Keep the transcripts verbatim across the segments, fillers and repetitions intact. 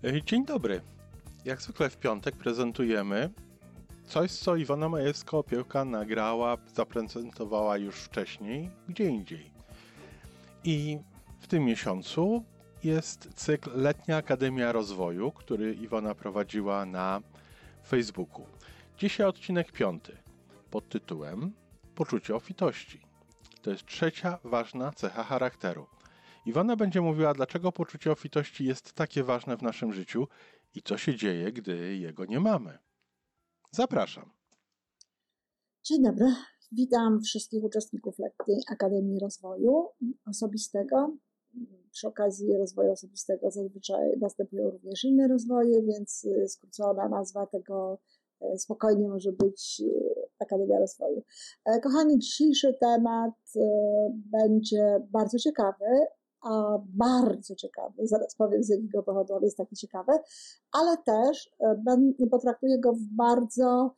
Dzień dobry. Jak zwykle w piątek prezentujemy coś, co Iwona Majewska-Opiełka nagrała, zaprezentowała już wcześniej, gdzie indziej. I w tym miesiącu jest cykl Letnia Akademia Rozwoju, który Iwona prowadziła na Facebooku. Dzisiaj odcinek piąty pod tytułem Poczucie obfitości. To jest trzecia ważna cecha charakteru. Iwona będzie mówiła, dlaczego poczucie obfitości jest takie ważne w naszym życiu i co się dzieje, gdy jego nie mamy. Zapraszam. Dzień dobry. Witam wszystkich uczestników Letniej Akademii Rozwoju Osobistego. Przy okazji rozwoju osobistego zazwyczaj następują również inne rozwoje, więc skrócona nazwa tego spokojnie może być Akademia Rozwoju. Kochani, dzisiejszy temat będzie bardzo ciekawy, a bardzo ciekawy, zaraz powiem z jakiego powodu on jest taki ciekawy, ale też potraktuję go w bardzo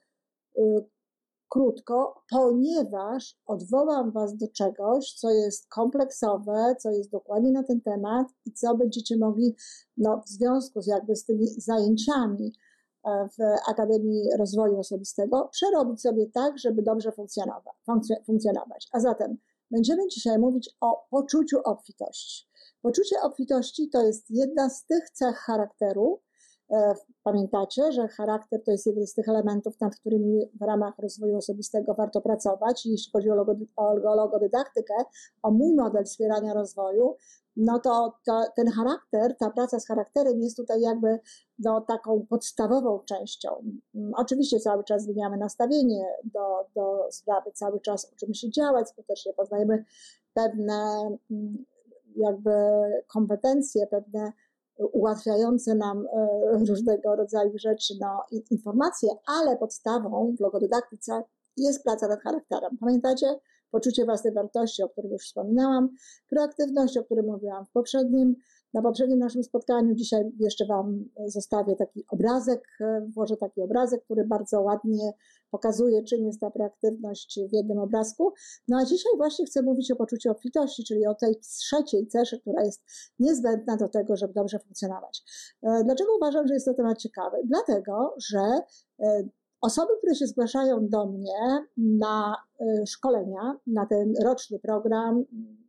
krótko, ponieważ odwołam Was do czegoś, co jest kompleksowe, co jest dokładnie na ten temat i co będziecie mogli no, w związku z jakby z tymi zajęciami w Akademii Rozwoju Osobistego przerobić sobie tak, żeby dobrze funkcjonować. funkcjonować. A zatem będziemy dzisiaj mówić o poczuciu obfitości. Poczucie obfitości to jest jedna z tych cech charakteru. Pamiętacie, że charakter to jest jeden z tych elementów, nad którymi w ramach rozwoju osobistego warto pracować. Jeśli chodzi o, logody, o logodydaktykę, o mój model wspierania rozwoju, no to, to ten charakter, ta praca z charakterem jest tutaj jakby no, taką podstawową częścią. Oczywiście cały czas zmieniamy nastawienie do, do sprawy, cały czas uczymy się działać skutecznie, poznajemy pewne jakby kompetencje, pewne ułatwiające nam różnego rodzaju rzeczy, no, informacje, ale podstawą w logodydaktyce jest praca nad charakterem. Pamiętacie? Poczucie własnej wartości, o którym już wspominałam, proaktywność, o której mówiłam w poprzednim, na poprzednim naszym spotkaniu. Dzisiaj jeszcze Wam zostawię taki obrazek, włożę taki obrazek, który bardzo ładnie pokazuje, czym jest ta proaktywność w jednym obrazku. No a dzisiaj właśnie chcę mówić o poczuciu obfitości, czyli o tej trzeciej cesze, która jest niezbędna do tego, żeby dobrze funkcjonować. Dlaczego uważam, że jest to temat ciekawy? Dlatego, że osoby, które się zgłaszają do mnie na szkolenia, na ten roczny program,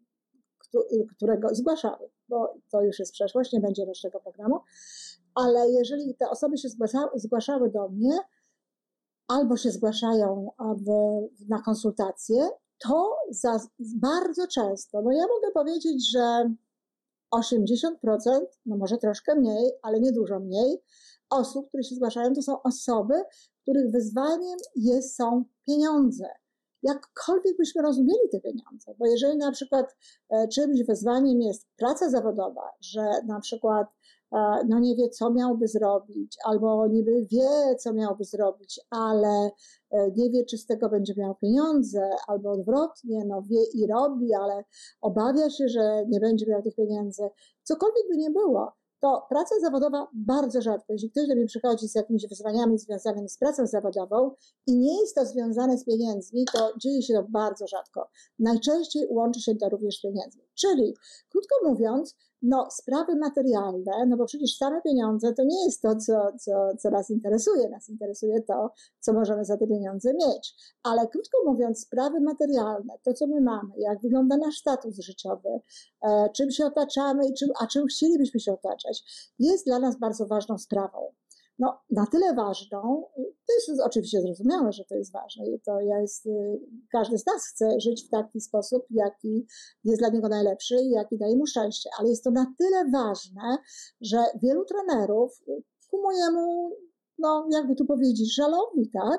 którego zgłaszały, bo to już jest przeszłość, nie będzie rocznego programu, ale jeżeli te osoby się zgłaszały do mnie albo się zgłaszają w, na konsultacje, to za, bardzo często, no ja mogę powiedzieć, że osiemdziesiąt procent, no może troszkę mniej, ale nie dużo mniej, osób, które się zgłaszają, to są osoby, których wyzwaniem jest, są pieniądze. Jakkolwiek byśmy rozumieli te pieniądze, bo jeżeli na przykład e, czymś wyzwaniem jest praca zawodowa, że na przykład e, no nie wie, co miałby zrobić, albo niby wie, co miałby zrobić, ale e, nie wie, czy z tego będzie miał pieniądze, albo odwrotnie, no wie i robi, ale obawia się, że nie będzie miał tych pieniędzy. Cokolwiek by nie było, to praca zawodowa bardzo rzadko, jeśli ktoś do mnie przychodzi z jakimiś wyzwaniami związanymi z pracą zawodową i nie jest to związane z pieniędzmi, to dzieje się to bardzo rzadko. Najczęściej łączy się to również z pieniędzmi. Czyli, krótko mówiąc, no sprawy materialne, no bo przecież same pieniądze to nie jest to, co, co, co nas interesuje. Nas interesuje to, co możemy za te pieniądze mieć. Ale krótko mówiąc, sprawy materialne, to co my mamy, jak wygląda nasz status życiowy, e, czym się otaczamy i czym, a czym chcielibyśmy się otaczać, jest dla nas bardzo ważną sprawą. No, na tyle ważną, to jest oczywiście zrozumiałe, że to jest ważne i to jest, każdy z nas chce żyć w taki sposób, jaki jest dla niego najlepszy i jaki daje mu szczęście, ale jest to na tyle ważne, że wielu trenerów ku mojemu, no jakby tu powiedzieć, żalowi, tak,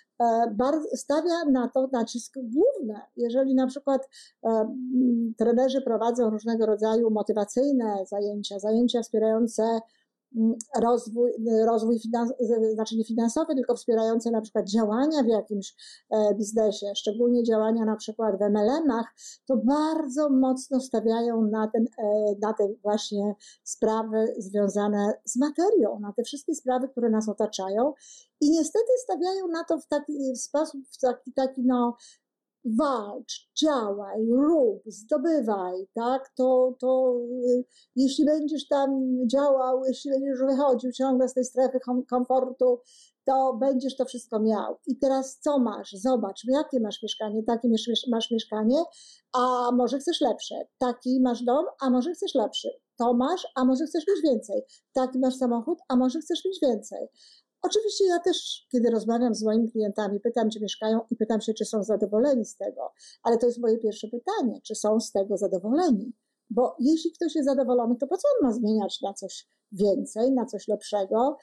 stawia na to nacisk główny. Jeżeli na przykład e, trenerzy prowadzą różnego rodzaju motywacyjne zajęcia, zajęcia wspierające rozwój, rozwój finans, znaczy nie finansowy, tylko wspierające na przykład działania w jakimś biznesie, szczególnie działania na przykład w em el emach, to bardzo mocno stawiają na, ten, na te właśnie sprawy związane z materią, na te wszystkie sprawy, które nas otaczają i niestety stawiają na to w taki sposób, w taki, taki no walcz, działaj, rób, zdobywaj, tak? To, to y, jeśli będziesz tam działał, jeśli będziesz wychodził ciągle z tej strefy komfortu, to będziesz to wszystko miał. I teraz co masz? Zobacz, jakie masz mieszkanie, takie masz mieszkanie, a może chcesz lepsze. Taki masz dom, a może chcesz lepszy. To masz, a może chcesz mieć więcej. Taki masz samochód, a może chcesz mieć więcej. Oczywiście ja też, kiedy rozmawiam z moimi klientami, pytam, czy mieszkają i pytam się, czy są zadowoleni z tego. Ale to jest moje pierwsze pytanie, czy są z tego zadowoleni. Bo jeśli ktoś jest zadowolony, to po co on ma zmieniać na coś więcej, na coś lepszego?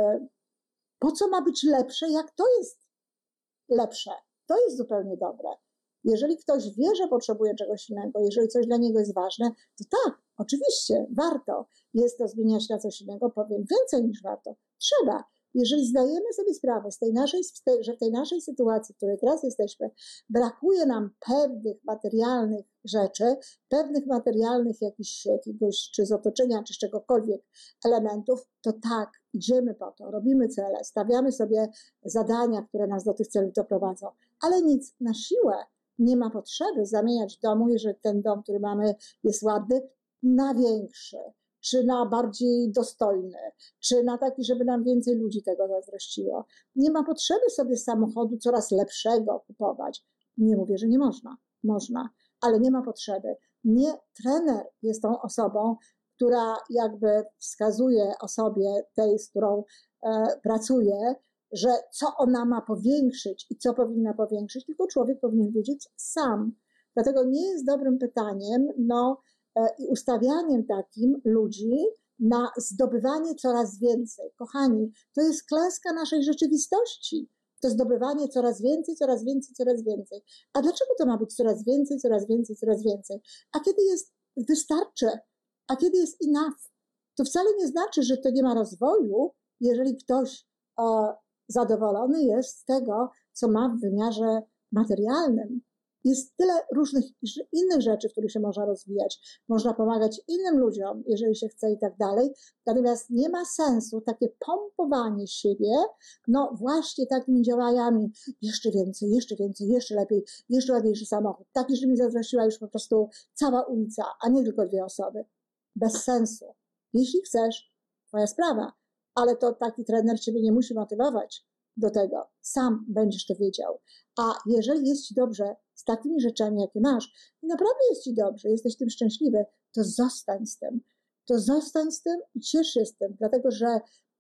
Po co ma być lepsze, jak to jest lepsze? To jest zupełnie dobre. Jeżeli ktoś wie, że potrzebuje czegoś innego, jeżeli coś dla niego jest ważne, to tak, oczywiście, warto jest to zmieniać na coś innego, powiem więcej niż warto. Trzeba. Jeżeli zdajemy sobie sprawę z tej naszej, że w tej naszej sytuacji, w której teraz jesteśmy, brakuje nam pewnych materialnych rzeczy, pewnych materialnych jakichś, jakiegoś, czy z otoczenia, czy z czegokolwiek elementów, to tak, idziemy po to, robimy cele, stawiamy sobie zadania, które nas do tych celów doprowadzą, ale nic na siłę nie ma potrzeby zamieniać domu, jeżeli ten dom, który mamy, jest ładny, na większy, czy na bardziej dostojny, czy na taki, żeby nam więcej ludzi tego zazdrościło. Nie ma potrzeby sobie samochodu coraz lepszego kupować. Nie mówię, że nie można. Można, ale nie ma potrzeby. Nie trener jest tą osobą, która jakby wskazuje osobie tej, z którą e, pracuje, że co ona ma powiększyć i co powinna powiększyć, tylko człowiek powinien wiedzieć sam. Dlatego nie jest dobrym pytaniem, no, i ustawianiem takim ludzi na zdobywanie coraz więcej. Kochani, to jest klęska naszej rzeczywistości. To zdobywanie coraz więcej, coraz więcej, coraz więcej. A dlaczego to ma być coraz więcej, coraz więcej, coraz więcej? A kiedy jest wystarczy, a kiedy jest enough, to wcale nie znaczy, że to nie ma rozwoju, jeżeli ktoś o, zadowolony jest z tego, co ma w wymiarze materialnym. Jest tyle różnych innych rzeczy, w których się można rozwijać. Można pomagać innym ludziom, jeżeli się chce i tak dalej. Natomiast nie ma sensu takie pompowanie siebie, no właśnie takimi działaniami. Jeszcze więcej, jeszcze więcej, jeszcze lepiej, jeszcze ładniejszy samochód. Taki, że mi zazdrościła już po prostu cała ulica, a nie tylko dwie osoby. Bez sensu. Jeśli chcesz, twoja sprawa. Ale to taki trener ciebie nie musi motywować do tego. Sam będziesz to wiedział. A jeżeli jest ci dobrze z takimi rzeczami, jakie masz, i naprawdę jest ci dobrze, jesteś tym szczęśliwy, to zostań z tym. To zostań z tym i ciesz się z tym, dlatego że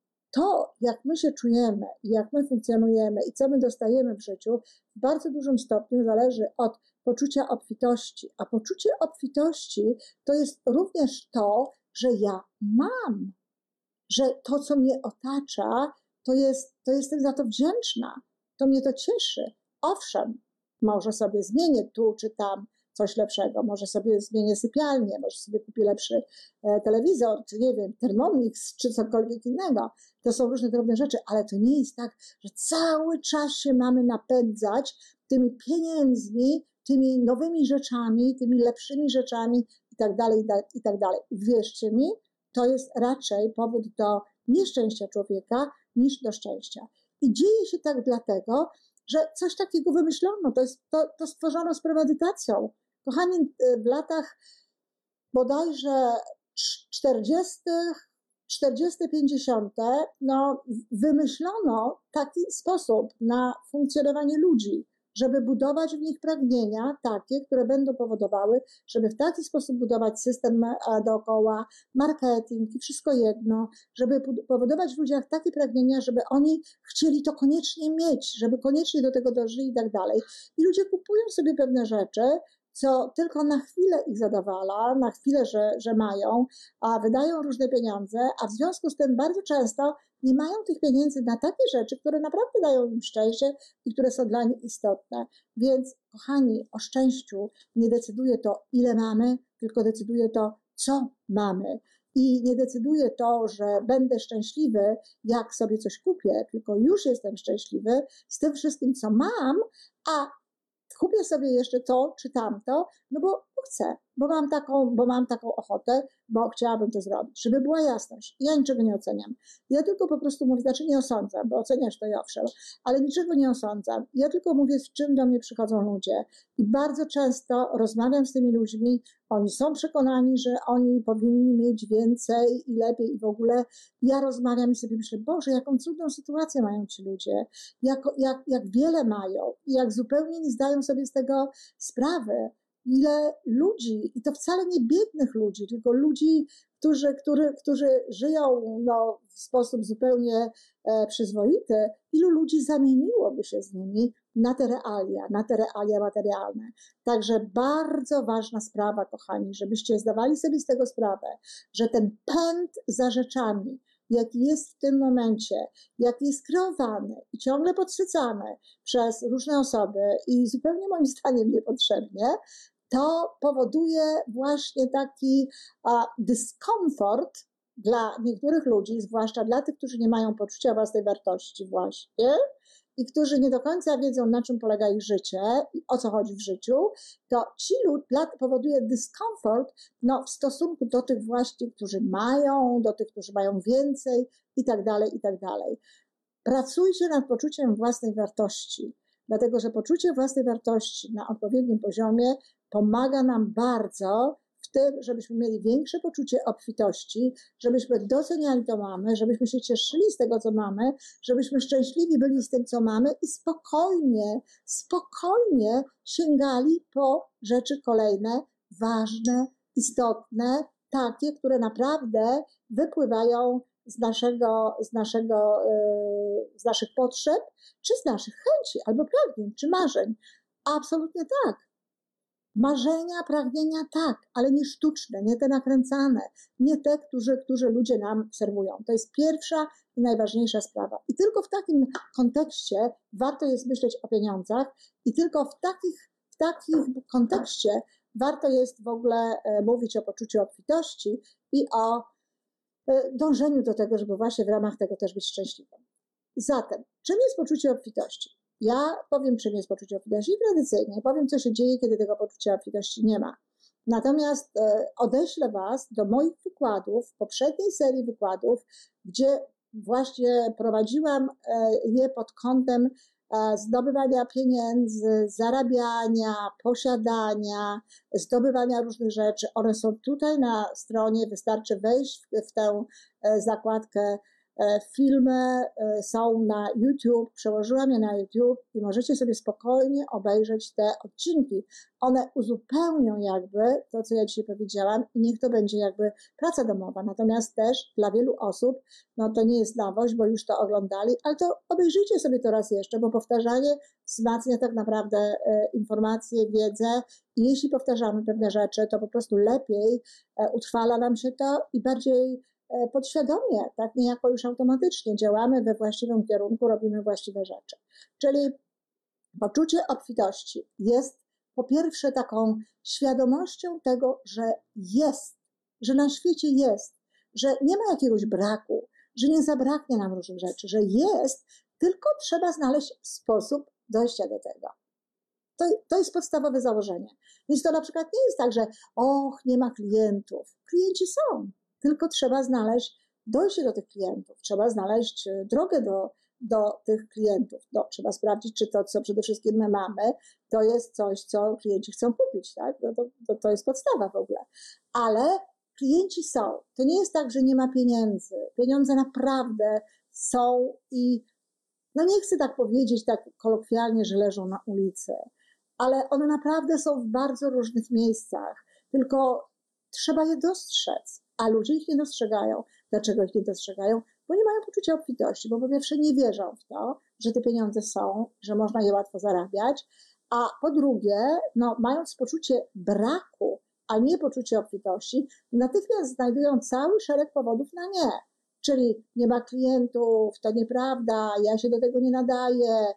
to, jak my się czujemy i jak my funkcjonujemy i co my dostajemy w życiu, w bardzo dużym stopniu zależy od poczucia obfitości. A poczucie obfitości to jest również to, że ja mam, że to, co mnie otacza, to jest, to jestem za to wdzięczna. To mnie to cieszy. Owszem, może sobie zmienię tu czy tam coś lepszego, może sobie zmienię sypialnię, może sobie kupię lepszy e, telewizor, czy nie wiem, Thermomix, czy cokolwiek innego. To są różne drobne rzeczy, ale to nie jest tak, że cały czas się mamy napędzać tymi pieniędzmi, tymi nowymi rzeczami, tymi lepszymi rzeczami i tak dalej, i tak dalej. Wierzcie mi, to jest raczej powód do nieszczęścia człowieka niż do szczęścia. I dzieje się tak dlatego, że coś takiego wymyślono, to, jest, to, to stworzono z premedytacją. Kochani, w latach bodajże czterdziestych, czterdziestych, pięćdziesiątych no, wymyślono taki sposób na funkcjonowanie ludzi, żeby budować w nich pragnienia takie, które będą powodowały, żeby w taki sposób budować system dookoła, marketing i wszystko jedno, żeby powodować w ludziach takie pragnienia, żeby oni chcieli to koniecznie mieć, żeby koniecznie do tego dożyli i tak dalej. I ludzie kupują sobie pewne rzeczy, co tylko na chwilę ich zadowala, na chwilę, że, że mają, a wydają różne pieniądze, a w związku z tym bardzo często nie mają tych pieniędzy na takie rzeczy, które naprawdę dają im szczęście i które są dla nich istotne. Więc, kochani, o szczęściu nie decyduje to, ile mamy, tylko decyduje to, co mamy. I nie decyduje to, że będę szczęśliwy, jak sobie coś kupię, tylko już jestem szczęśliwy z tym wszystkim, co mam, a kupię sobie jeszcze to czy tamto, no bo chcę, bo mam taką, bo mam taką ochotę, bo chciałabym to zrobić. Żeby była jasność. Ja niczego nie oceniam. Ja tylko po prostu mówię, znaczy nie osądzam, bo oceniasz to i owszem, ale niczego nie osądzam. Ja tylko mówię, z czym do mnie przychodzą ludzie. I bardzo często rozmawiam z tymi ludźmi, oni są przekonani, że oni powinni mieć więcej i lepiej i w ogóle. Ja rozmawiam i sobie myślę, Boże, jaką trudną sytuację mają ci ludzie, jak, jak, jak wiele mają i jak zupełnie nie zdają sobie z tego sprawy. Ile ludzi, i to wcale nie biednych ludzi, tylko ludzi, którzy, którzy, którzy żyją no, w sposób zupełnie e, przyzwoity, ilu ludzi zamieniłoby się z nimi na te realia, na te realia materialne. Także bardzo ważna sprawa, kochani, żebyście zdawali sobie z tego sprawę, że ten pęd za rzeczami, jaki jest w tym momencie, jaki jest kreowany i ciągle podsycany przez różne osoby i zupełnie moim zdaniem niepotrzebnie, to powoduje właśnie taki a, dyskomfort dla niektórych ludzi, zwłaszcza dla tych, którzy nie mają poczucia własnej wartości właśnie i którzy nie do końca wiedzą, na czym polega ich życie i o co chodzi w życiu, to ci ludzie powoduje dyskomfort no, w stosunku do tych właśnie, którzy mają, do tych, którzy mają więcej i tak dalej, i tak dalej. Pracujcie nad poczuciem własnej wartości, dlatego że poczucie własnej wartości na odpowiednim poziomie pomaga nam bardzo w tym, żebyśmy mieli większe poczucie obfitości, żebyśmy doceniali to mamy, żebyśmy się cieszyli z tego, co mamy, żebyśmy szczęśliwi byli z tym, co mamy i spokojnie, spokojnie sięgali po rzeczy kolejne, ważne, istotne, takie, które naprawdę wypływają z naszego, z naszego, yy, z naszych potrzeb, czy z naszych chęci, albo pragnień, czy marzeń. Absolutnie tak. Marzenia, pragnienia tak, ale nie sztuczne, nie te nakręcane, nie te, którzy, którzy ludzie nam serwują. To jest pierwsza i najważniejsza sprawa. I tylko w takim kontekście warto jest myśleć o pieniądzach i tylko w takich, w takim kontekście warto jest w ogóle mówić o poczuciu obfitości i o dążeniu do tego, żeby właśnie w ramach tego też być szczęśliwym. Zatem, czym jest poczucie obfitości? Ja powiem, czym jest poczucie obfitości i tradycyjnie powiem, co się dzieje, kiedy tego poczucia obfitości nie ma. Natomiast odeślę Was do moich wykładów, poprzedniej serii wykładów, gdzie właśnie prowadziłam je pod kątem zdobywania pieniędzy, zarabiania, posiadania, zdobywania różnych rzeczy. One są tutaj na stronie, wystarczy wejść w tę zakładkę. Filmy są na YouTube, przełożyłam je na YouTube i możecie sobie spokojnie obejrzeć te odcinki. One uzupełnią jakby to, co ja dzisiaj powiedziałam i niech to będzie jakby praca domowa. Natomiast też dla wielu osób, no to nie jest nowość, bo już to oglądali, ale to obejrzyjcie sobie to raz jeszcze, bo powtarzanie wzmacnia tak naprawdę informacje, wiedzę i jeśli powtarzamy pewne rzeczy, to po prostu lepiej utrwala nam się to i bardziej podświadomie, tak niejako już automatycznie działamy we właściwym kierunku, robimy właściwe rzeczy. Czyli poczucie obfitości jest po pierwsze taką świadomością tego, że jest, że na świecie jest, że nie ma jakiegoś braku, że nie zabraknie nam różnych rzeczy, że jest, tylko trzeba znaleźć sposób dojścia do tego. To, to jest podstawowe założenie. Więc to na przykład nie jest tak, że och, nie ma klientów. Klienci są. Tylko trzeba znaleźć dojście do tych klientów, trzeba znaleźć drogę do, do tych klientów. No, trzeba sprawdzić, czy to, co przede wszystkim my mamy, to jest coś, co klienci chcą kupić. Tak? No to, to, to jest podstawa w ogóle. Ale klienci są. To nie jest tak, że nie ma pieniędzy. Pieniądze naprawdę są i no nie chcę tak powiedzieć tak kolokwialnie, że leżą na ulicy, ale one naprawdę są w bardzo różnych miejscach. Tylko trzeba je dostrzec. A ludzie ich nie dostrzegają. Dlaczego ich nie dostrzegają? Bo nie mają poczucia obfitości, bo po pierwsze nie wierzą w to, że te pieniądze są, że można je łatwo zarabiać, a po drugie, no, mając poczucie braku, a nie poczucie obfitości, natychmiast znajdują cały szereg powodów na nie. Czyli nie ma klientów, to nieprawda, ja się do tego nie nadaję,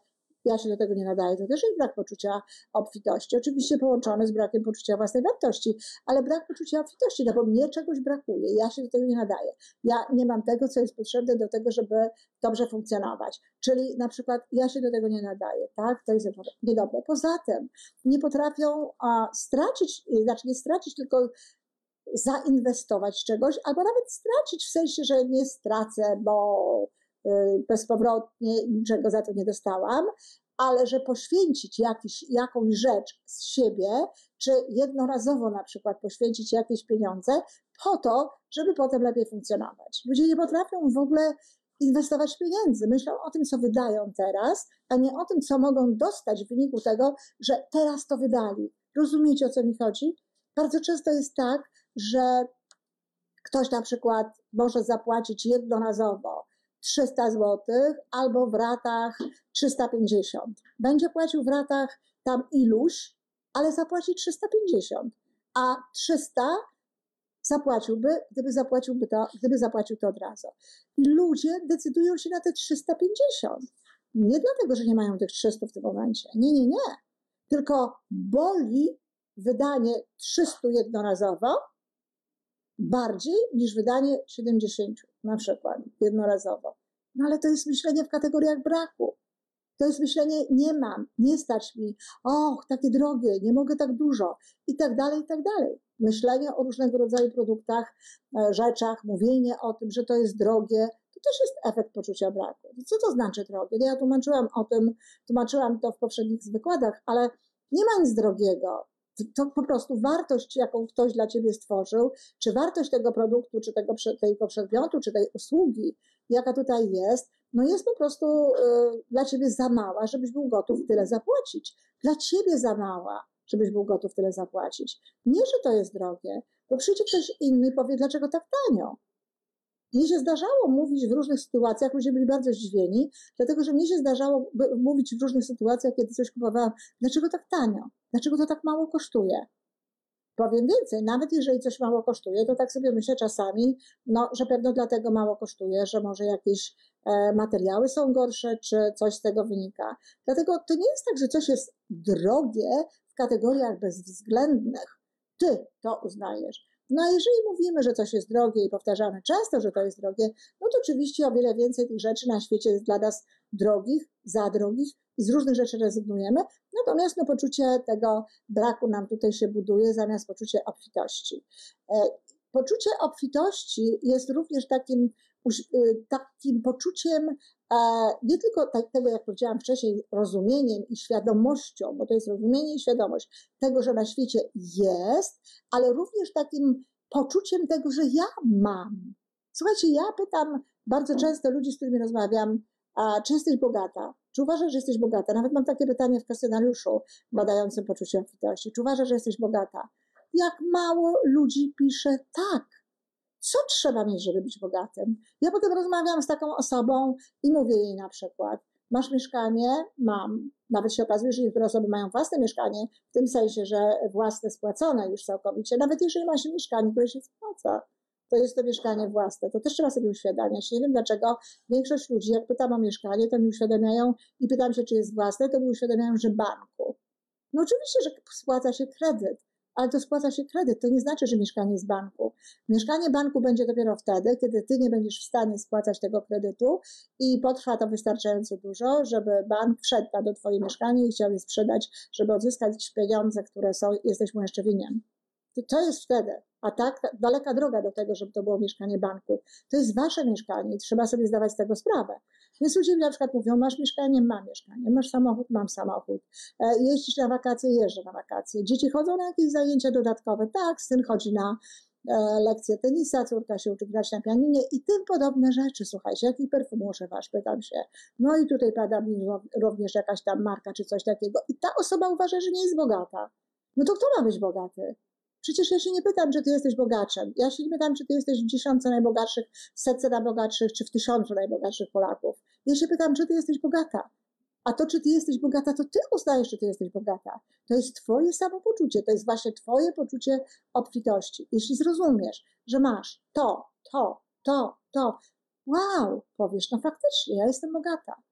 ja się do tego nie nadaję, to też jest brak poczucia obfitości, oczywiście połączony z brakiem poczucia własnej wartości, ale brak poczucia obfitości, no bo mnie czegoś brakuje, ja się do tego nie nadaję, ja nie mam tego, co jest potrzebne do tego, żeby dobrze funkcjonować, czyli na przykład ja się do tego nie nadaję, tak, to jest niedobre. Poza tym nie potrafią a, stracić, znaczy nie stracić, tylko zainwestować czegoś, albo nawet stracić w sensie, że nie stracę, bo bezpowrotnie niczego za to nie dostałam, ale że poświęcić jakiś, jakąś rzecz z siebie, czy jednorazowo na przykład poświęcić jakieś pieniądze po to, żeby potem lepiej funkcjonować. Ludzie nie potrafią w ogóle inwestować pieniędzy. Myślą o tym, co wydają teraz, a nie o tym, co mogą dostać w wyniku tego, że teraz to wydali. Rozumiecie, o co mi chodzi? Bardzo często jest tak, że ktoś na przykład może zapłacić jednorazowo trzysta złotych albo w ratach trzysta pięćdziesiąt. Będzie płacił w ratach tam iluś, ale zapłaci trzysta pięćdziesiąt, a trzysta zapłaciłby, gdyby zapłaciłby to, gdyby zapłacił to od razu. I ludzie decydują się na te trzysta pięćdziesiąt. Nie dlatego, że nie mają tych trzysta w tym momencie. Nie, nie, nie. Tylko boli wydanie trzysta jednorazowo bardziej niż wydanie siedemdziesiąt na przykład jednorazowo. No ale to jest myślenie w kategoriach braku. To jest myślenie nie mam, nie stać mi, och, takie drogie, nie mogę tak dużo i tak dalej, i tak dalej. Myślenie o różnego rodzaju produktach, rzeczach, mówienie o tym, że to jest drogie, to też jest efekt poczucia braku. Co to znaczy drogie? No ja tłumaczyłam o tym, tłumaczyłam to w poprzednich wykładach, ale nie ma nic drogiego. To po prostu wartość, jaką ktoś dla ciebie stworzył, czy wartość tego produktu, czy tego, tego przedmiotu, czy tej usługi, jaka tutaj jest, no jest po prostu y, dla ciebie za mała, żebyś był gotów tyle zapłacić. Dla ciebie za mała, żebyś był gotów tyle zapłacić. Nie, że to jest drogie, bo przyjdzie ktoś inny i powie, dlaczego tak tanio. Mnie się zdarzało mówić w różnych sytuacjach, ludzie byli bardzo zdziwieni, dlatego że mnie się zdarzało mówić w różnych sytuacjach, kiedy coś kupowałam, dlaczego tak tanio, dlaczego to tak mało kosztuje. Powiem więcej, nawet jeżeli coś mało kosztuje, to tak sobie myślę czasami, no, że pewno dlatego mało kosztuje, że może jakieś e, materiały są gorsze, czy coś z tego wynika. Dlatego to nie jest tak, że coś jest drogie w kategoriach bezwzględnych. Ty to uznajesz. No a jeżeli mówimy, że coś jest drogie i powtarzamy często, że to jest drogie, no to oczywiście o wiele więcej tych rzeczy na świecie jest dla nas drogich, za drogich i z różnych rzeczy rezygnujemy, natomiast no, poczucie tego braku nam tutaj się buduje zamiast poczucia obfitości. Poczucie obfitości jest również takim, takim poczuciem nie tylko tego, jak powiedziałam wcześniej, rozumieniem i świadomością, bo to jest rozumienie i świadomość tego, że na świecie jest, ale również takim poczuciem tego, że ja mam. Słuchajcie, ja pytam bardzo często ludzi, z którymi rozmawiam, a czy jesteś bogata? Czy uważasz, że jesteś bogata? Nawet mam takie pytanie w kwestionariuszu badającym poczucie obfitości. Czy uważasz, że jesteś bogata? Jak mało ludzi pisze tak. Co trzeba mieć, żeby być bogatym? Ja potem rozmawiam z taką osobą i mówię jej na przykład, masz mieszkanie? Mam. Nawet się okazuje, że niektóre osoby mają własne mieszkanie, w tym sensie, że własne spłacone już całkowicie. Nawet jeżeli masz mieszkanie, które się spłaca, to jest to mieszkanie własne. To też trzeba sobie uświadamiać. Nie wiem dlaczego większość ludzi, jak pytam o mieszkanie, to mi uświadamiają i pytam się, czy jest własne, to mi uświadamiają, że banku. No oczywiście, że spłaca się kredyt, ale to spłaca się kredyt. To nie znaczy, że mieszkanie z banku. Mieszkanie banku będzie dopiero wtedy, kiedy ty nie będziesz w stanie spłacać tego kredytu i potrwa to wystarczająco dużo, żeby bank wszedł do twoje mieszkanie i chciał je sprzedać, żeby odzyskać pieniądze, które są, jesteś mu jeszcze winien. To, to jest wtedy. A tak daleka droga do tego, żeby to było mieszkanie banku. To jest wasze mieszkanie i trzeba sobie zdawać z tego sprawę. Więc ludzie na przykład mówią, masz mieszkanie? Mam mieszkanie. Masz samochód? Mam samochód. E, jeździsz na wakacje? Jeżdżę na wakacje. Dzieci chodzą na jakieś zajęcia dodatkowe? Tak, syn chodzi na e, lekcje tenisa, córka się uczy grać na pianinie i tym podobne rzeczy. Słuchajcie, jaki perfum używasz? Pytam się. No i tutaj pada mi również jakaś tam marka czy coś takiego. I ta osoba uważa, że nie jest bogata. No to kto ma być bogaty? Przecież ja się nie pytam, czy ty jesteś bogaczem. Ja się nie pytam, czy ty jesteś w dziesiątce najbogatszych, w setce najbogatszych, czy w tysiącu najbogatszych Polaków. Ja się pytam, czy ty jesteś bogata. A to, czy ty jesteś bogata, to ty uznajesz, czy ty jesteś bogata. To jest twoje samopoczucie, to jest właśnie twoje poczucie obfitości. Jeśli zrozumiesz, że masz to, to, to, to, wow, powiesz, no faktycznie, ja jestem bogata.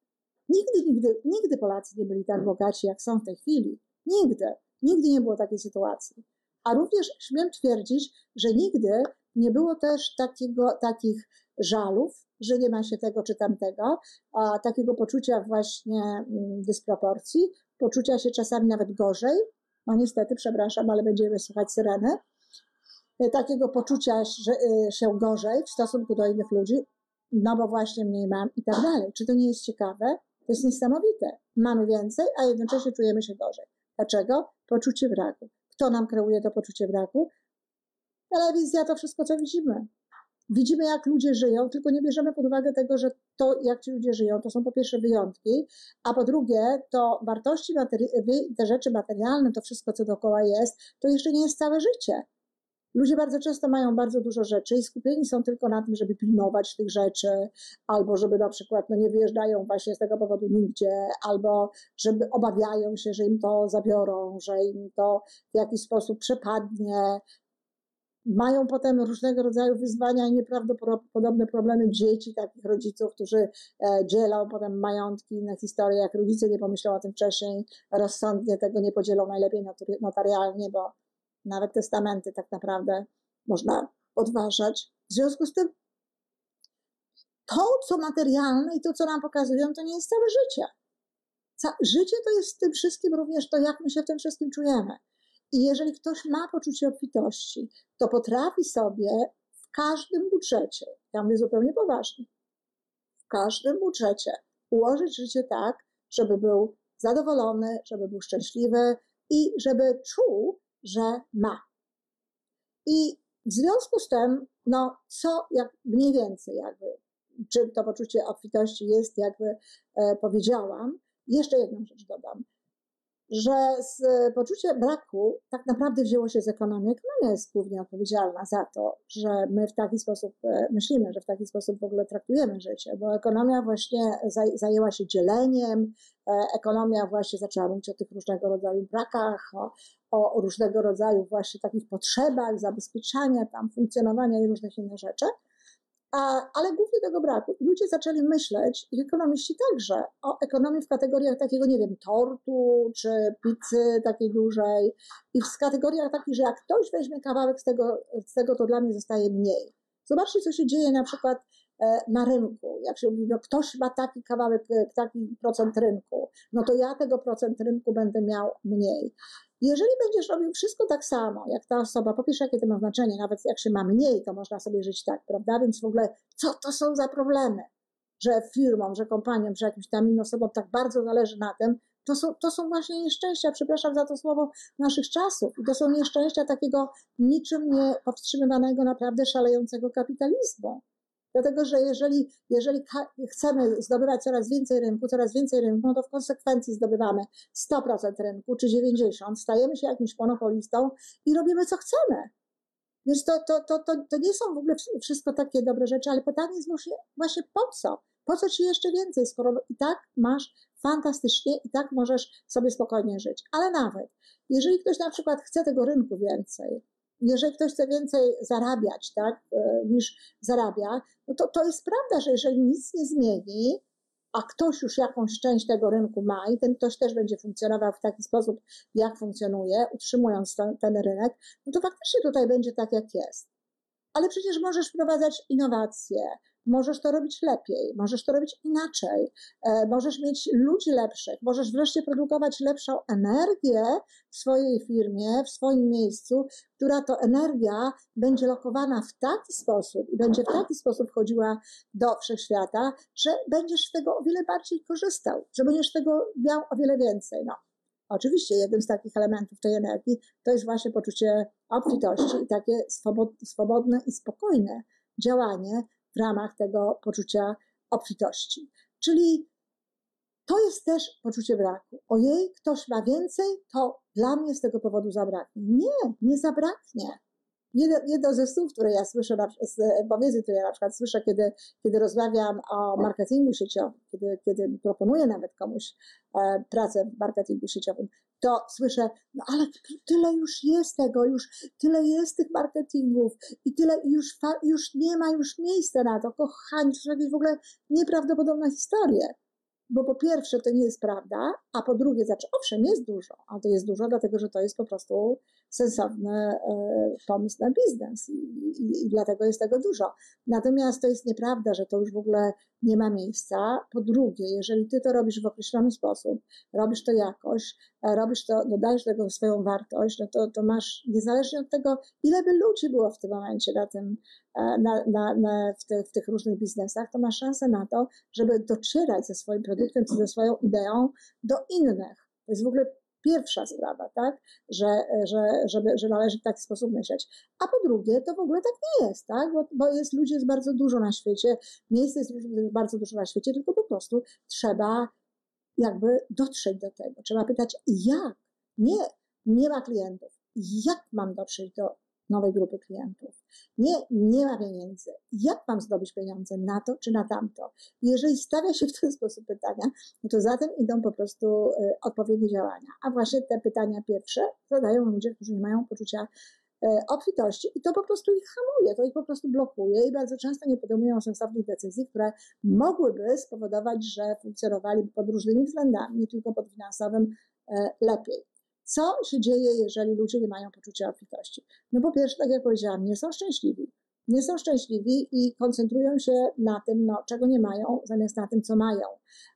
Nigdy, nigdy, nigdy Polacy nie byli tak bogaci, jak są w tej chwili. Nigdy. Nigdy nie było takiej sytuacji. A również śmiem twierdzić, że nigdy nie było też takiego, takich żalów, że nie ma się tego czy tamtego, a takiego poczucia właśnie dysproporcji, poczucia się czasami nawet gorzej. No niestety, przepraszam, ale będziemy słuchać syreny. Takiego poczucia, że się gorzej w stosunku do innych ludzi, no bo właśnie mniej mam i tak dalej. Czy to nie jest ciekawe? To jest niesamowite. Mamy więcej, a jednocześnie czujemy się gorzej. Dlaczego? Poczucie braku. Kto nam kreuje to poczucie braku? Telewizja, to wszystko, co widzimy. Widzimy, jak ludzie żyją, tylko nie bierzemy pod uwagę tego, że to, jak ci ludzie żyją, to są po pierwsze wyjątki, a po drugie, to wartości, materi- te rzeczy materialne, to wszystko, co dookoła jest, to jeszcze nie jest całe życie. Ludzie bardzo często mają bardzo dużo rzeczy i skupieni są tylko na tym, żeby pilnować tych rzeczy, albo żeby na przykład no, nie wyjeżdżają właśnie z tego powodu nigdzie, albo żeby obawiają się, że im to zabiorą, że im to w jakiś sposób przepadnie. Mają potem różnego rodzaju wyzwania i nieprawdopodobne problemy dzieci, takich rodziców, którzy dzielą potem majątki, inne historie, jak rodzice nie pomyślą o tym wcześniej, rozsądnie tego nie podzielą najlepiej notarialnie, bo nawet testamenty tak naprawdę można podważać. W związku z tym to, co materialne i to, co nam pokazują, to nie jest całe życie. Życie to jest w tym wszystkim również to, jak my się w tym wszystkim czujemy. I jeżeli ktoś ma poczucie obfitości, to potrafi sobie w każdym budżecie, ja mówię zupełnie poważnie, w każdym budżecie ułożyć życie tak, żeby był zadowolony, żeby był szczęśliwy i żeby czuł, że ma. I w związku z tym, no co, jak mniej więcej jakby, czym to poczucie obfitości jest, jakby e, powiedziałam, jeszcze jedną rzecz dodam, że z poczucia braku tak naprawdę wzięło się z ekonomii. Ekonomia jest głównie odpowiedzialna za to, że my w taki sposób myślimy, że w taki sposób w ogóle traktujemy życie, bo ekonomia właśnie zajęła się dzieleniem, ekonomia właśnie zaczęła mówić o tych różnego rodzaju brakach, o, o różnego rodzaju właśnie takich potrzebach, zabezpieczania tam, funkcjonowania i różnych innych rzeczy. A, ale głównie tego braku. I ludzie zaczęli myśleć, i ekonomiści także, o ekonomii w kategoriach takiego, nie wiem, tortu, czy pizzy takiej dużej. I w kategoriach takich, że jak ktoś weźmie kawałek z tego, z tego, to dla mnie zostaje mniej. Zobaczcie, co się dzieje na przykład na rynku. Jak się mówi, no ktoś ma taki kawałek, taki procent rynku, no to ja tego procent rynku będę miał mniej. Jeżeli będziesz robił wszystko tak samo, jak ta osoba, po pierwsze, jakie to ma znaczenie, nawet jak się ma mniej, to można sobie żyć tak, prawda? Więc w ogóle, co to są za problemy, że firmom, że kompaniom, że jakimś tam innym osobom tak bardzo zależy na tym, to są, to są właśnie nieszczęścia, przepraszam za to słowo, naszych czasów. I to są nieszczęścia takiego niczym nie powstrzymywanego, naprawdę szalejącego kapitalizmu. Dlatego, że jeżeli, jeżeli chcemy zdobywać coraz więcej rynku, coraz więcej rynku, no to w konsekwencji zdobywamy sto procent rynku czy dziewięćdziesiąt procent, stajemy się jakimś monopolistą i robimy co chcemy. Więc to, to, to, to, to nie są w ogóle wszystko takie dobre rzeczy, ale pytanie jest właśnie, właśnie po co? Po co ci jeszcze więcej, skoro i tak masz fantastycznie i tak możesz sobie spokojnie żyć. Ale nawet, jeżeli ktoś na przykład chce tego rynku więcej, jeżeli ktoś chce więcej zarabiać, tak, niż zarabia, no to to jest prawda, że jeżeli nic nie zmieni, a ktoś już jakąś część tego rynku ma i ten ktoś też będzie funkcjonował w taki sposób, jak funkcjonuje, utrzymując ten, ten rynek, no to faktycznie tutaj będzie tak, jak jest. Ale przecież możesz wprowadzać innowacje, możesz to robić lepiej, możesz to robić inaczej, e, możesz mieć ludzi lepszych, możesz wreszcie produkować lepszą energię w swojej firmie, w swoim miejscu, która to energia będzie lokowana w taki sposób i będzie w taki sposób wchodziła do wszechświata, że będziesz z tego o wiele bardziej korzystał, że będziesz tego miał o wiele więcej. No. Oczywiście jednym z takich elementów tej energii to jest właśnie poczucie obfitości i takie swobodne i spokojne działanie w ramach tego poczucia obfitości. Czyli to jest też poczucie braku. Ojej, ktoś ma więcej, to dla mnie z tego powodu zabraknie. Nie, nie zabraknie. Jedno, jedno ze słów, które ja słyszę, z powiedzy, które ja na przykład słyszę, kiedy, kiedy rozmawiam o marketingu sieciowym, kiedy, kiedy proponuję nawet komuś e, pracę w marketingu sieciowym, to słyszę, no ale tyle już jest tego, już tyle jest tych marketingów i tyle już, już nie ma już miejsca na to, kochani, to są jakieś w ogóle nieprawdopodobne historie. Bo po pierwsze to nie jest prawda, a po drugie, znaczy owszem, jest dużo, ale to jest dużo dlatego, że to jest po prostu sensowny e, pomysł na biznes i, i, i dlatego jest tego dużo. Natomiast to jest nieprawda, że to już w ogóle nie ma miejsca. Po drugie, jeżeli ty to robisz w określony sposób, robisz to jakoś, e, robisz to, dodajesz do tego swoją wartość, no to, to masz, niezależnie od tego, ile by ludzi było w tym momencie na tym, na, na, na, w, te, w tych różnych biznesach, to masz szansę na to, żeby docierać ze swoim produktem czy ze swoją ideą do innych. To jest w ogóle pierwsza sprawa, tak? Że, że, żeby, że należy w taki sposób myśleć. A po drugie, to w ogóle tak nie jest, tak? Bo, bo jest, ludzi jest bardzo dużo na świecie, miejsc jest bardzo dużo na świecie, tylko po prostu trzeba jakby dotrzeć do tego. Trzeba pytać, jak? Nie, nie ma klientów. Jak mam dotrzeć do nowej grupy klientów? Nie, nie ma pieniędzy. Jak mam zdobyć pieniądze na to czy na tamto? Jeżeli stawia się w ten sposób pytania, no to za tym idą po prostu y, odpowiednie działania. A właśnie te pytania pierwsze zadają ludzie, którzy nie mają poczucia y, obfitości i to po prostu ich hamuje, to ich po prostu blokuje i bardzo często nie podejmują sensownych decyzji, które mogłyby spowodować, że funkcjonowali pod różnymi względami, nie tylko pod finansowym, y, lepiej. Co się dzieje, jeżeli ludzie nie mają poczucia obfitości? No po pierwsze, tak jak powiedziałam, nie są szczęśliwi. Nie są szczęśliwi i koncentrują się na tym, no, czego nie mają, zamiast na tym, co mają.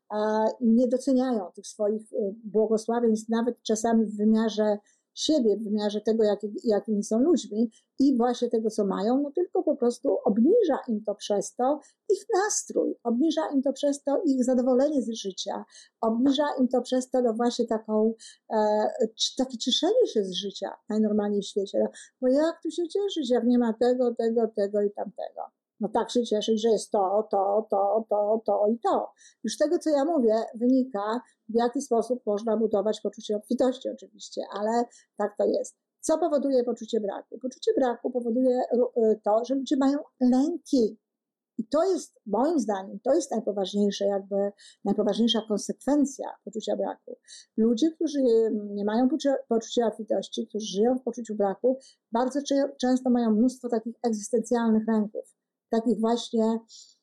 Nie doceniają tych swoich błogosławieństw, nawet czasami w wymiarze siebie, w wymiarze tego, jak, jakimi są ludźmi i właśnie tego, co mają, no tylko po prostu obniża im to przez to ich nastrój, obniża im to przez to ich zadowolenie z życia, obniża im to przez to no właśnie taką, e, takie cieszenie się z życia najnormalniej w świecie. No, bo jak tu się cieszyć, jak nie ma tego, tego, tego i tamtego. No tak się cieszyć, że jest to, to, to, to, to i to. Już z tego, co ja mówię, wynika, w jaki sposób można budować poczucie obfitości oczywiście, ale tak to jest. Co powoduje poczucie braku? Poczucie braku powoduje to, że ludzie mają lęki. I to jest, moim zdaniem, to jest najpoważniejsze, jakby najpoważniejsza konsekwencja poczucia braku. Ludzie, którzy nie mają poczucia obfitości, którzy żyją w poczuciu braku, bardzo często mają mnóstwo takich egzystencjalnych lęków. Takich właśnie,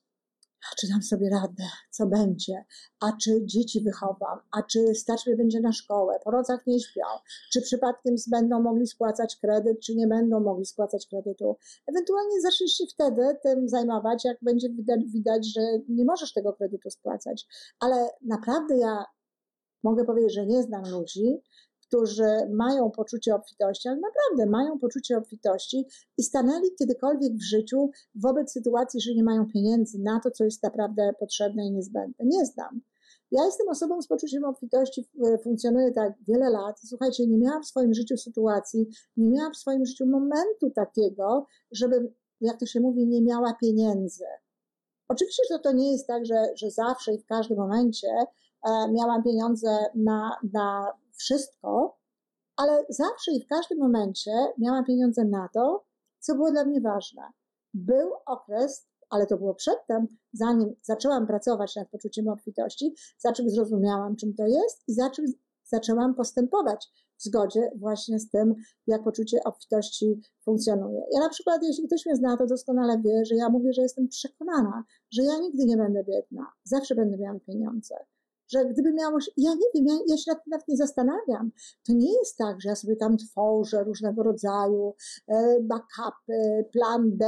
czy dam sobie radę, co będzie, a czy dzieci wychowam, a czy stać mnie będzie na szkołę, po nocach nie śpią, czy przypadkiem będą mogli spłacać kredyt, czy nie będą mogli spłacać kredytu. Ewentualnie zaczniesz się wtedy tym zajmować, jak będzie widać, widać, że nie możesz tego kredytu spłacać. Ale naprawdę ja mogę powiedzieć, że nie znam ludzi, którzy mają poczucie obfitości, ale naprawdę mają poczucie obfitości i stanęli kiedykolwiek w życiu wobec sytuacji, że nie mają pieniędzy na to, co jest naprawdę potrzebne i niezbędne. Nie znam. Ja jestem osobą z poczuciem obfitości, funkcjonuję tak wiele lat i słuchajcie, nie miałam w swoim życiu sytuacji, nie miałam w swoim życiu momentu takiego, żebym, jak to się mówi, nie miała pieniędzy. Oczywiście, że to nie jest tak, że, że zawsze i w każdym momencie e, miałam pieniądze na, na wszystko, ale zawsze i w każdym momencie miałam pieniądze na to, co było dla mnie ważne. Był okres, ale to było przedtem, zanim zaczęłam pracować nad poczuciem obfitości, za czym zrozumiałam, czym to jest i za czym zaczęłam postępować w zgodzie właśnie z tym, jak poczucie obfitości funkcjonuje. Ja na przykład, jeśli ktoś mnie zna, to doskonale wie, że ja mówię, że jestem przekonana, że ja nigdy nie będę biedna, zawsze będę miała pieniądze. Że gdyby miało się, ja nie wiem, ja, ja się nad tym nawet nie zastanawiam. To nie jest tak, że ja sobie tam tworzę różnego rodzaju e, backupy, plan B,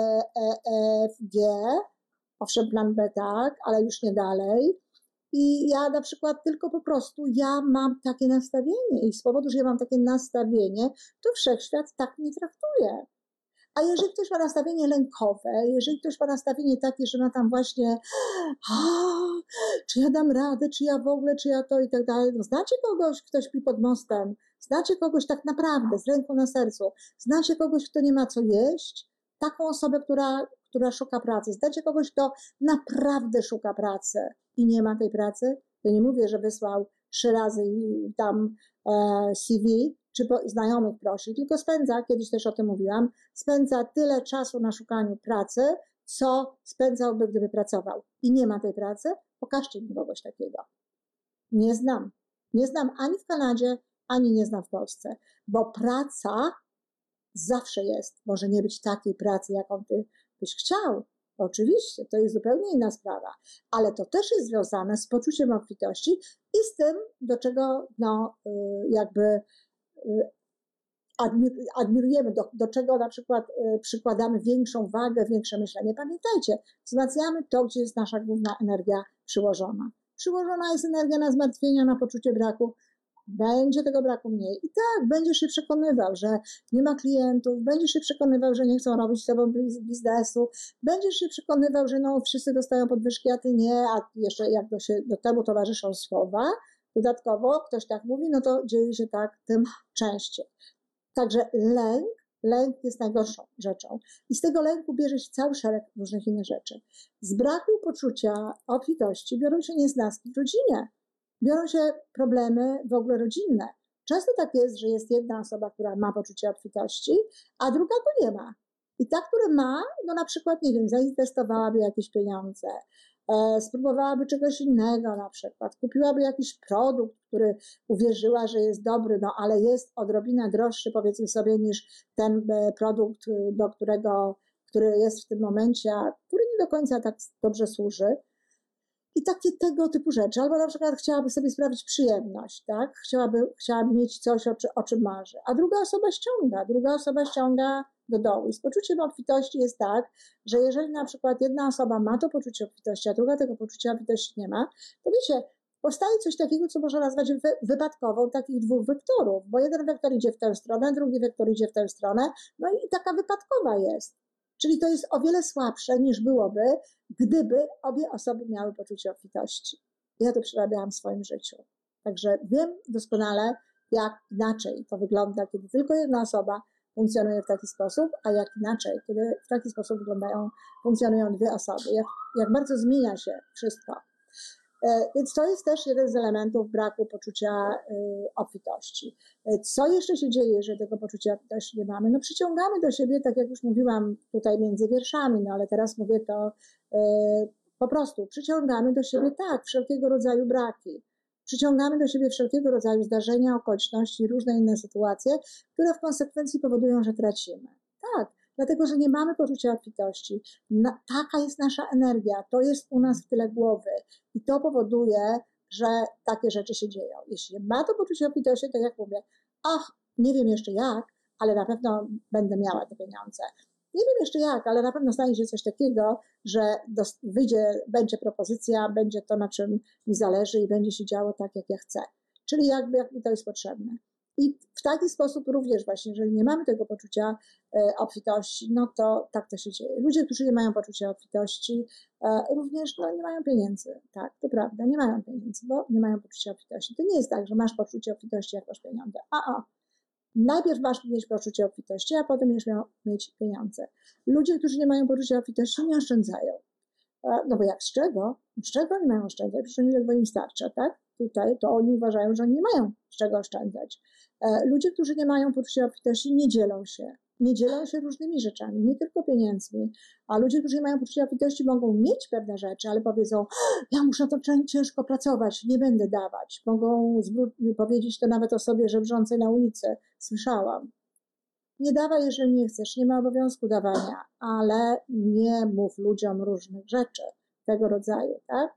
E, F, G. Owszem, plan B tak, ale już nie dalej. I ja na przykład tylko po prostu, ja mam takie nastawienie i z powodu, że ja mam takie nastawienie, to wszechświat tak mnie traktuje. A jeżeli ktoś ma nastawienie lękowe, jeżeli ktoś ma nastawienie takie, że ma tam właśnie a, czy ja dam radę, czy ja w ogóle, czy ja to i tak dalej. No, znacie kogoś, kto śpi pod mostem? Znacie kogoś tak naprawdę, z ręką na sercu? Znacie kogoś, kto nie ma co jeść? Taką osobę, która, która szuka pracy. Znacie kogoś, kto naprawdę szuka pracy i nie ma tej pracy? Ja nie mówię, że wysłał trzy razy tam e, C V, czy znajomych prosi, tylko spędza, kiedyś też o tym mówiłam, spędza tyle czasu na szukaniu pracy, co spędzałby, gdyby pracował. I nie ma tej pracy, pokażcie mi kogoś takiego. Nie znam. Nie znam ani w Kanadzie, ani nie znam w Polsce, bo praca zawsze jest. Może nie być takiej pracy, jaką ty byś chciał, Oczywiście, to jest zupełnie inna sprawa, ale to też jest związane z poczuciem obfitości i z tym, do czego no, jakby admirujemy, do, do czego na przykład przykładamy większą wagę, większe myślenie. Pamiętajcie, wzmacniamy to, gdzie jest nasza główna energia przyłożona. Przyłożona jest energia na zmartwienia, na poczucie braku. Będzie tego braku mniej. I tak, będziesz się przekonywał, że nie ma klientów, będziesz się przekonywał, że nie chcą robić z tobą biznesu, będziesz się przekonywał, że no, wszyscy dostają podwyżki, a ty nie, a jeszcze jak do, się, do temu towarzyszą słowa. Dodatkowo ktoś tak mówi, no to dzieje się tak tym częściej. Także lęk, lęk jest najgorszą rzeczą. I z tego lęku bierze się cały szereg różnych innych rzeczy. Z braku poczucia obfitości biorą się niesnaski w rodzinie. Biorą się problemy w ogóle rodzinne. Często tak jest, że jest jedna osoba, która ma poczucie obfitości, a druga go nie ma. I ta, która ma, no na przykład, nie wiem, zainwestowałaby jakieś pieniądze, e, spróbowałaby czegoś innego na przykład, kupiłaby jakiś produkt, który uwierzyła, że jest dobry, no ale jest odrobinę droższy, powiedzmy sobie, niż ten produkt, do którego, który jest w tym momencie, a który nie do końca tak dobrze służy. I takie tego typu rzeczy. Albo na przykład chciałaby sobie sprawić przyjemność, tak? Chciałaby, chciałaby mieć coś, o, czy, o czym marzy. A druga osoba ściąga, druga osoba ściąga do dołu. I z poczuciem obfitości jest tak, że jeżeli na przykład jedna osoba ma to poczucie obfitości, a druga tego poczucia obfitości nie ma, to wiecie, powstaje coś takiego, co można nazwać wy, wypadkową takich dwóch wektorów, bo jeden wektor idzie w tę stronę, drugi wektor idzie w tę stronę, no i taka wypadkowa jest. Czyli to jest o wiele słabsze niż byłoby, gdyby obie osoby miały poczucie obfitości. Ja to przerabiałam w swoim życiu. Także wiem doskonale, jak inaczej to wygląda, kiedy tylko jedna osoba funkcjonuje w taki sposób, a jak inaczej, kiedy w taki sposób wyglądają, funkcjonują dwie osoby. Jak, jak bardzo zmienia się wszystko. Więc to jest też jeden z elementów braku poczucia obfitości. Co jeszcze się dzieje, że tego poczucia obfitości nie mamy? No przyciągamy do siebie, tak jak już mówiłam tutaj między wierszami, no ale teraz mówię to po prostu, przyciągamy do siebie tak, wszelkiego rodzaju braki. Przyciągamy do siebie wszelkiego rodzaju zdarzenia, okoliczności, różne inne sytuacje, które w konsekwencji powodują, że tracimy. Tak. Dlatego, że nie mamy poczucia obfitości. Na, taka jest nasza energia, to jest u nas w tyle głowy i to powoduje, że takie rzeczy się dzieją. Jeśli ma to poczucie obfitości, tak jak mówię, ach, nie wiem jeszcze jak, ale na pewno będę miała te pieniądze. Nie wiem jeszcze jak, ale na pewno stanie się coś takiego, że dos- wyjdzie, będzie propozycja, będzie to, na czym mi zależy i będzie się działo tak, jak ja chcę. Czyli jakby, jak mi to jest potrzebne. I w taki sposób również właśnie, jeżeli nie mamy tego poczucia e, obfitości, no to tak to się dzieje. Ludzie, którzy nie mają poczucia obfitości, e, również no, nie mają pieniędzy. Tak, to prawda, nie mają pieniędzy, bo nie mają poczucia obfitości. To nie jest tak, że masz poczucie obfitości, jak masz pieniądze. A, a. Najpierw masz mieć poczucie obfitości, a potem będziesz miał mieć pieniądze. Ludzie, którzy nie mają poczucia obfitości, nie oszczędzają. E, no bo jak z czego? Z czego oni mają oszczędzać? Przecież oni ledwo im starcza, tak? Tutaj to oni uważają, że oni nie mają z czego oszczędzać. Ludzie, którzy nie mają poczucia obfitości, nie dzielą się. Nie dzielą się różnymi rzeczami, nie tylko pieniędzmi. A ludzie, którzy nie mają poczucia obfitości, mogą mieć pewne rzeczy, ale powiedzą, ja muszę to ciężko pracować, nie będę dawać. Mogą powiedzieć to nawet osobie żebrzącej na ulicy. Słyszałam. Nie dawaj, jeżeli nie chcesz, nie ma obowiązku dawania, ale nie mów ludziom różnych rzeczy tego rodzaju, tak?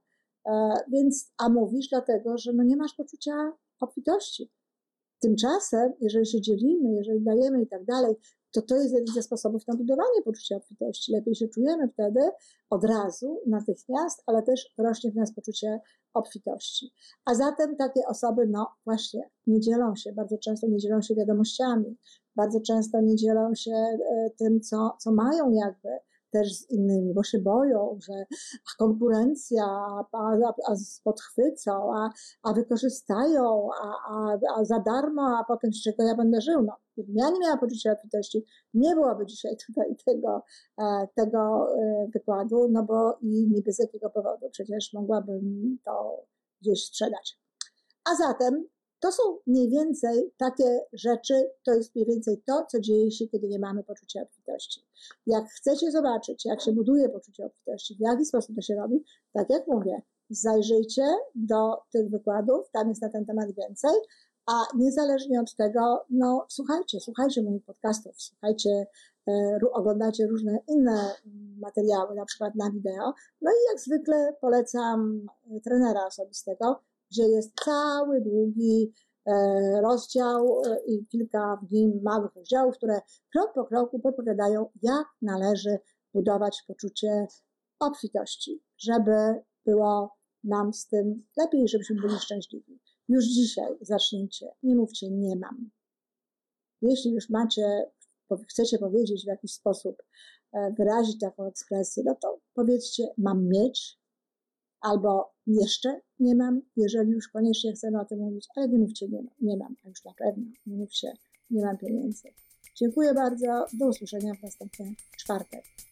Więc, a mówisz dlatego, że no nie masz poczucia obfitości. Tymczasem, jeżeli się dzielimy, jeżeli dajemy i tak dalej, to to jest jeden ze sposobów na budowanie poczucia obfitości. Lepiej się czujemy wtedy od razu, natychmiast, ale też rośnie w nas poczucie obfitości. A zatem takie osoby, no właśnie, nie dzielą się, bardzo często nie dzielą się wiadomościami, bardzo często nie dzielą się tym, co, co mają jakby, też z innymi, bo się boją, że a konkurencja, a, a, a podchwycą, a, a wykorzystają, a, a, a za darmo, a potem z czego ja będę żył. No, gdybym ja nie miała poczucia obfitości, nie byłoby dzisiaj tutaj tego, tego wykładu, no bo i niby z jakiego powodu, przecież mogłabym to gdzieś sprzedać. A zatem to są mniej więcej takie rzeczy, to jest mniej więcej to, co dzieje się, kiedy nie mamy poczucia obfitości. Jak chcecie zobaczyć, jak się buduje poczucie obfitości, w jaki sposób to się robi, tak jak mówię, zajrzyjcie do tych wykładów, tam jest na ten temat więcej, a niezależnie od tego, no słuchajcie, słuchajcie moich podcastów, słuchajcie oglądacie różne inne materiały, na przykład na wideo. No i jak zwykle polecam trenera osobistego, gdzie jest cały długi rozdział i kilka w nim małych rozdziałów, które krok po kroku podpowiadają, jak należy budować poczucie obfitości, żeby było nam z tym lepiej, żebyśmy byli szczęśliwi. Już dzisiaj zacznijcie, nie mówcie nie mam. Jeśli już macie, chcecie powiedzieć w jakiś sposób, wyrazić taką ekspresję, no to powiedzcie mam mieć, albo jeszcze nie mam, jeżeli już koniecznie chcemy o tym mówić, ale nie mówcie nie mam, nie mam, a już na pewno nie mówcie nie mam pieniędzy. Dziękuję bardzo, do usłyszenia w następny czwartek.